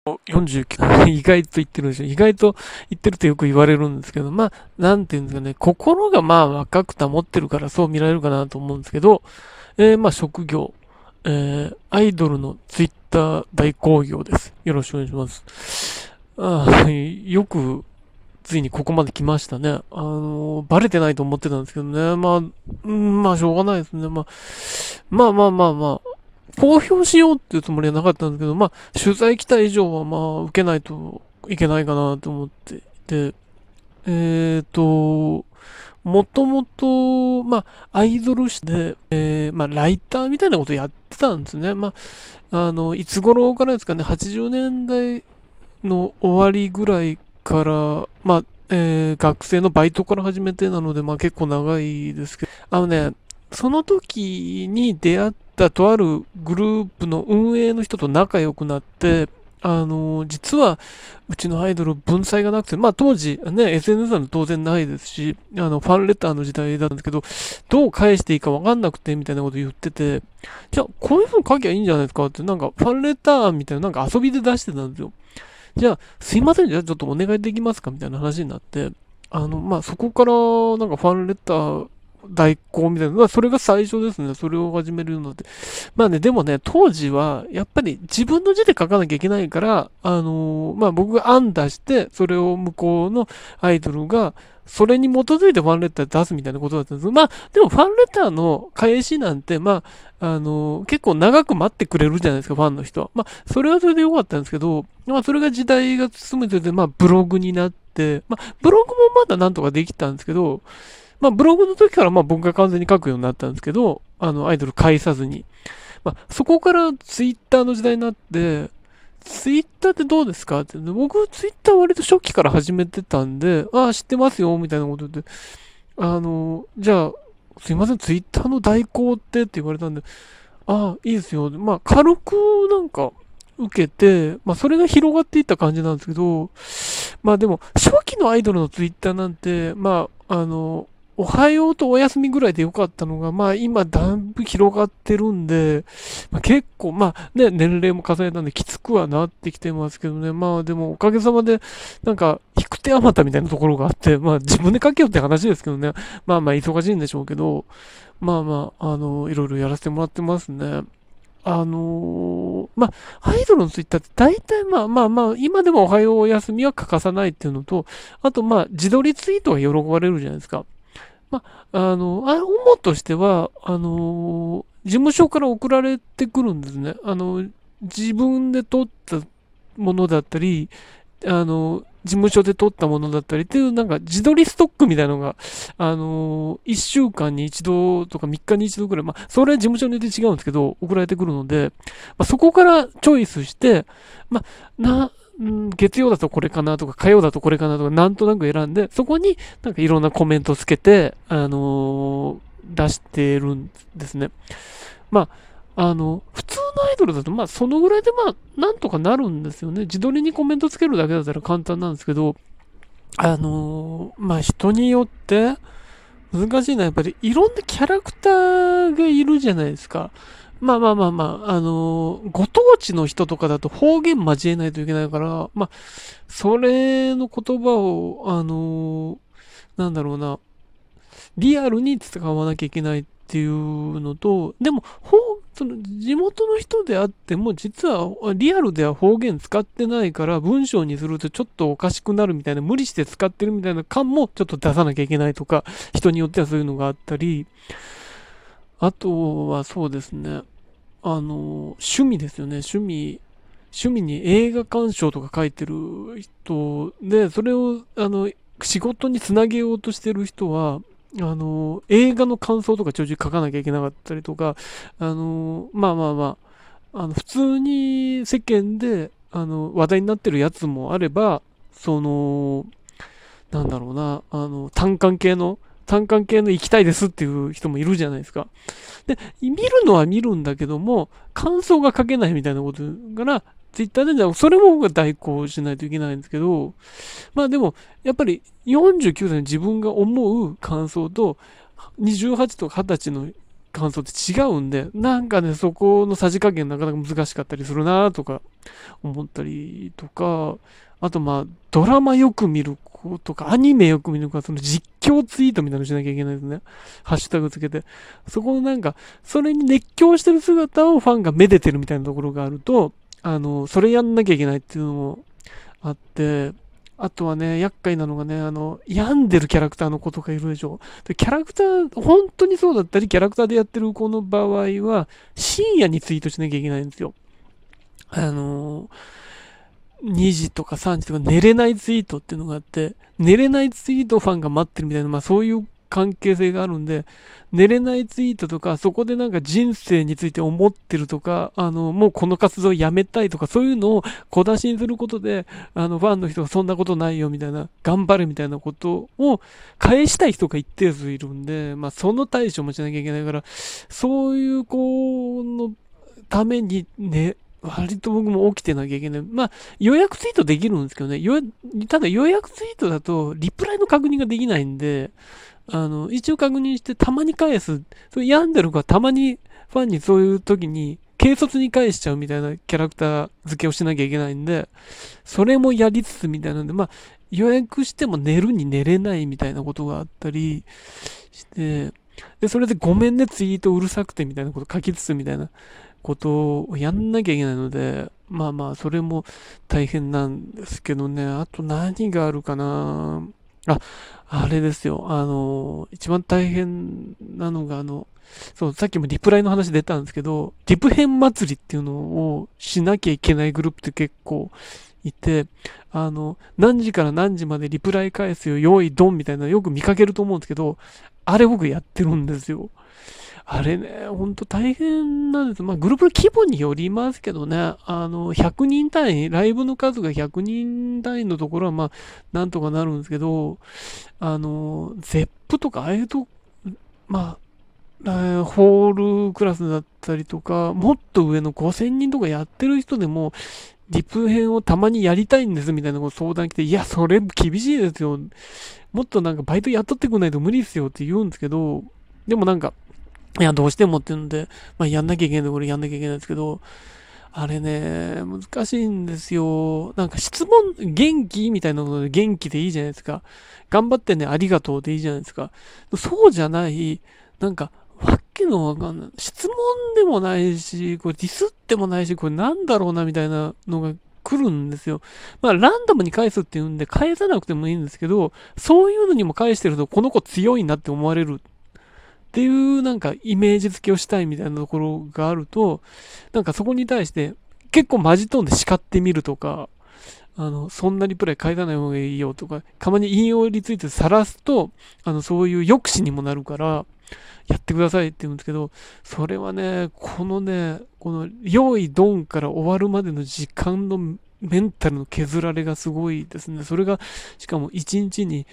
49、意外と言ってるんですよ。意外と言ってるとよく言われるんですけど、まあ、なんていうんですかね、心がまあ若く保ってるからそう見られるかなと思うんですけど、まあ職業、アイドルのツイッター大好評です。よろしくお願いします。よく、ついにここまで来ましたね。バレてないと思ってたんですけどね。まあ、まあしょうがないですね。まあ、公表しようっていうつもりはなかったんですけど、まあ、取材来た以上はまあ、受けないといけないかなと思っていて、もともと、まあ、アイドル誌で、まあ、ライターみたいなことやってたんですね。まあ、いつ頃からですかね、80年代の終わりぐらいから、まあ、学生のバイトから始めてなので、まあ結構長いですけど、その時に出会ったとあるグループの運営の人と仲良くなって、実は、うちのアイドル文才がなくて、まあ当時ね、SNS は当然ないですし、ファンレターの時代だったんですけど、どう返していいかわかんなくて、みたいなこと言ってて、じゃあ、こういう風に書きゃいいんじゃないですかって、なんかファンレターみたいな、なんか遊びで出してたんですよ。じゃあ、すいません、じゃあちょっとお願いできますかみたいな話になって、まあ、そこから、なんかファンレター代行みたいな、まあ、それが最初ですね。それを始めるようになって。まあね、でもね、当時は、やっぱり自分の字で書かなきゃいけないから、まあ僕が案出して、それを向こうのアイドルが、それに基づいてファンレター出すみたいなことだったんです。まあ、でもファンレターの返しなんて、まあ、結構長く待ってくれるじゃないですか、ファンの人は。まあ、それはそれでよかったんですけど、まあ、それが時代が進むにつれて、まあ、ブログになって、まあ、ブログもまだなんとかできたんですけど、まあ、ブログの時からまあ僕が完全に書くようになったんですけど、アイドル返さずに。まあ、そこからツイッターの時代になって、ツイッターってどうですかって。僕、ツイッター割と初期から始めてたんで、ああ、知ってますよ、みたいなことで、じゃあ、すいません、ツイッターの代行って言われたんで、ああ、いいですよ。まあ、軽くなんか受けて、まあ、それが広がっていった感じなんですけど、まあでも、初期のアイドルのツイッターなんて、まあ、おはようとおやすみぐらいでよかったのが、まあ今だいぶ広がってるんで、まあ、結構、まあね、年齢も重ねたんできつくはなってきてますけどね。まあでもおかげさまで、なんか、引く手あまたみたいなところがあって、まあ自分で書けよって話ですけどね。まあまあ忙しいんでしょうけど、まあまあ、いろいろやらせてもらってますね。まあ、アイドルのツイッターって大体まあ、今でもおはようおやすみは欠かさないっていうのと、あとまあ、自撮りツイートが喜ばれるじゃないですか。まあ、主としては、事務所から送られてくるんですね。自分で撮ったものだったり、事務所で撮ったものだったりっていう、なんか自撮りストックみたいなのが、1週間に一度とか3日に一度ぐらい、まあ、それは事務所によって違うんですけど、送られてくるので、まあ、そこからチョイスして、まあ、月曜だとこれかなとか、火曜だとこれかなとか、なんとなく選んで、そこになんかいろんなコメントつけて、出してるんですね。ま普通のアイドルだと、まあ、そのぐらいで、まあ、なんとかなるんですよね。自撮りにコメントつけるだけだったら簡単なんですけど、まあ、人によって難しいのは、やっぱりいろんなキャラクターがいるじゃないですか。まあ、ご当地の人とかだと方言交えないといけないから、まあ、それの言葉を、なんだろうな、リアルに使わなきゃいけないっていうのと、でも、その地元の人であっても、実はリアルでは方言使ってないから、文章にするとちょっとおかしくなるみたいな、無理して使ってるみたいな感もちょっと出さなきゃいけないとか、人によってはそういうのがあったり、あとはそうですね、趣味ですよね、趣味に映画鑑賞とか書いてる人で、それを、仕事につなげようとしてる人は、映画の感想とかちょいちょい書かなきゃいけなかったりとか、普通に世間で、話題になってるやつもあれば、その、なんだろうな、単管系の行きたいですっていう人もいるじゃないですか。で、見るのは見るんだけども、感想が書けないみたいなことから、ツイッターでじゃそれも僕が代行しないといけないんですけど、まあでも、やっぱり49歳の自分が思う感想と、28とか20歳の感想って違うんで、なんかね、そこのさじ加減なかなか難しかったりするなとか思ったりとか、あとまあ、ドラマよく見る子とか、アニメよく見る子は、その実況ツイートみたいなのしなきゃいけないですね。ハッシュタグつけて。そこのなんか、それに熱狂してる姿をファンがめでてるみたいなところがあると、それやんなきゃいけないっていうのもあって、あとはね、厄介なのがね、病んでるキャラクターの子とかいるでしょ。で、キャラクター、本当にそうだったり、キャラクターでやってる子の場合は、深夜にツイートしなきゃいけないんですよ。2時とか3時とか寝れないツイートっていうのがあって、寝れないツイートをファンが待ってるみたいな、まあそういう関係性があるんで、寝れないツイートとか、そこでなんか人生について思ってるとか、もうこの活動をやめたいとか、そういうのを小出しにすることで、ファンの人がそんなことないよみたいな、頑張れみたいなことを返したい人が一定数いるんで、まあその対処もしなきゃいけないから、そういう子のためにね、割と僕も起きてなきゃいけない。まあ、予約ツイートできるんですけどね。ただ予約ツイートだと、リプライの確認ができないんで、一応確認してたまに返す。それ病んでる子はたまにファンにそういう時に、軽率に返しちゃうみたいなキャラクター付けをしなきゃいけないんで、それもやりつつみたいなんで、まあ、予約しても寝るに寝れないみたいなことがあったりして、で、それでごめんねツイートうるさくてみたいなこと書きつつみたいなことをやんなきゃいけないので、まあまあ、それも大変なんですけどね。あと何があるかな。あ、あれですよ。一番大変なのが、そう、さっきもリプライの話出たんですけど、リプ編祭りっていうのをしなきゃいけないグループって結構いて、何時から何時までリプライ返すよ、用意ドンみたいなのよく見かけると思うんですけど、あれ僕やってるんですよ。あれね、ほんと大変なんです。まあ、グループの規模によりますけどね、100人単位、ライブの数が100人単位のところは、まあ、なんとかなるんですけど、ゼップとか、ああいうと、まあ、ホールクラスだったりとか、もっと上の5000人とかやってる人でも、リプ編をたまにやりたいんですみたいなこと相談来て、いや、それ厳しいですよ。もっとなんかバイト雇ってくんないと無理ですよって言うんですけど、でもなんか、いや、どうしてもっていうので、まあ、やんなきゃいけないところやんなきゃいけないんですけど、あれね、難しいんですよ。なんか質問、元気みたいなので元気でいいじゃないですか。頑張ってね、ありがとうでいいじゃないですか。そうじゃない、なんか、わけのわかんない。質問でもないし、これディスってもないし、これなんだろうなみたいなのが来るんですよ。まあ、ランダムに返すっていうんで、返さなくてもいいんですけど、そういうのにも返してると、この子強いなって思われるっていうなんかイメージ付けをしたいみたいなところがあると、なんかそこに対して結構マジトーンで叱ってみるとか、そんなリプライ返さない方がいいよとか、たまに引用リツイートで晒すと、そういう抑止にもなるから、やってくださいって言うんですけど、それはね、この用意ドンから終わるまでの時間のメンタルの削られがすごいですね。それが、しかも1日に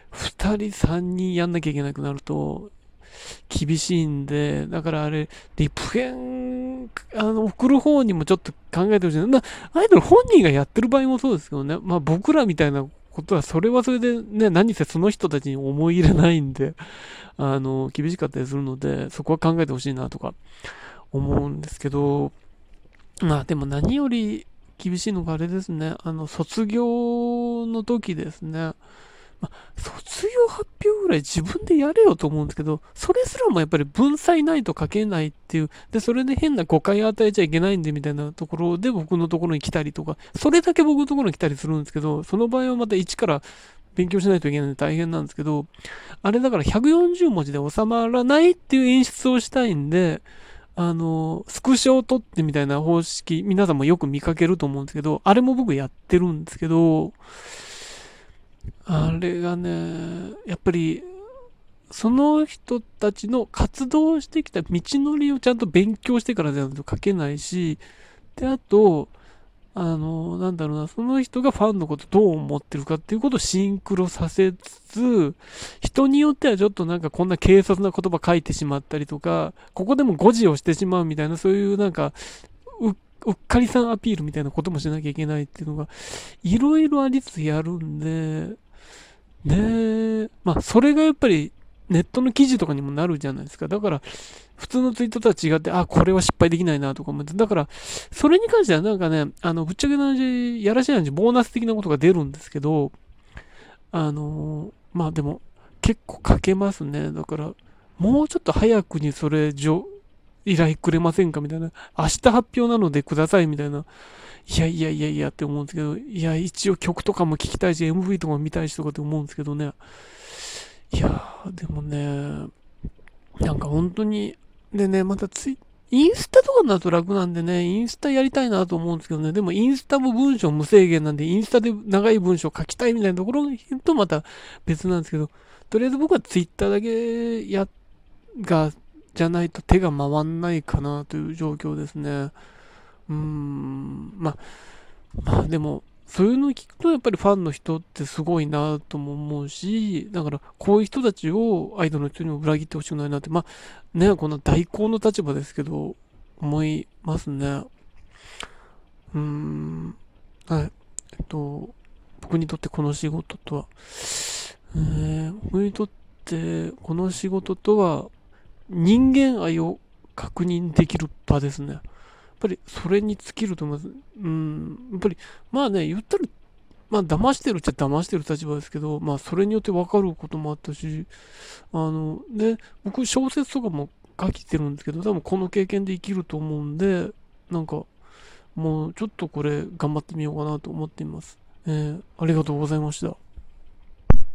2人3人やんなきゃいけなくなると、厳しいんで、だからあれ、リプ編、送る方にもちょっと考えてほしい。アイドル本人がやってる場合もそうですけどね、まあ僕らみたいなことは、それはそれでね、何せその人たちに思い入れないんで、厳しかったりするので、そこは考えてほしいなとか思うんですけど、まあでも何より厳しいのがあれですね、卒業の時ですね。まあ、卒業発表ぐらい自分でやれよと思うんですけど、それすらもやっぱり文才ないと書けないっていう、で、それで変な誤解を与えちゃいけないんでみたいなところで僕のところに来たりとか、それだけ僕のところに来たりするんですけど、その場合はまた一から勉強しないといけないので大変なんですけど、あれだから140文字で収まらないっていう演出をしたいんで、スクショを撮ってみたいな方式、皆さんもよく見かけると思うんですけど、あれも僕やってるんですけど、あれがね、やっぱり、その人たちの活動してきた道のりをちゃんと勉強してからじゃないと書けないし、で、あと、なんだろうな、その人がファンのことどう思ってるかっていうことをシンクロさせつつ、人によってはちょっとなんかこんな軽率な言葉書いてしまったりとか、ここでも誤字をしてしまうみたいな、そういうなんか、うっかりさんアピールみたいなこともしなきゃいけないっていうのが、いろいろありつつやるんで、ねえ、まあ、それがやっぱりネットの記事とかにもなるじゃないですか。だから、 普通のツイートとは違って、あ、これは失敗できないなとか思って、だから、それに関してはなんかね、ぶっちゃけな話、やらしい話、ボーナス的なことが出るんですけど、まあでも、結構かけますね。だから、もうちょっと早くにそれ、依頼くれませんかみたいな。明日発表なのでくださいみたいな。いやいやいやいやって思うんですけど、いや、一応曲とかも聞きたいし、MV とかも見たいしとかって思うんですけどね。いやー、でもね、なんか本当に、でね、またインスタとかになると楽なんでね、インスタやりたいなと思うんですけどね、でもインスタも文章無制限なんで、インスタで長い文章書きたいみたいなところとまた別なんですけど、とりあえず僕はツイッターだけじゃないと手が回んないかなという状況ですね。まあでも、そういうのを聞くとやっぱりファンの人ってすごいなとも思うし、だからこういう人たちをアイドルの人にも裏切ってほしくないなって、まあね、この代行の立場ですけど、思いますね。うーん、はい。僕にとってこの仕事とは、僕にとってこの仕事とは人間愛を確認できる場ですね。やっぱりそれに尽きると思います。やっぱり、まあね、言ったら、まあ騙してるっちゃ騙してる立場ですけど、まあそれによって分かることもあったし、で、僕小説とかも書いてるんですけど、多分この経験で生きると思うんで、なんかもうちょっとこれ頑張ってみようかなと思っています。ありがとうございました。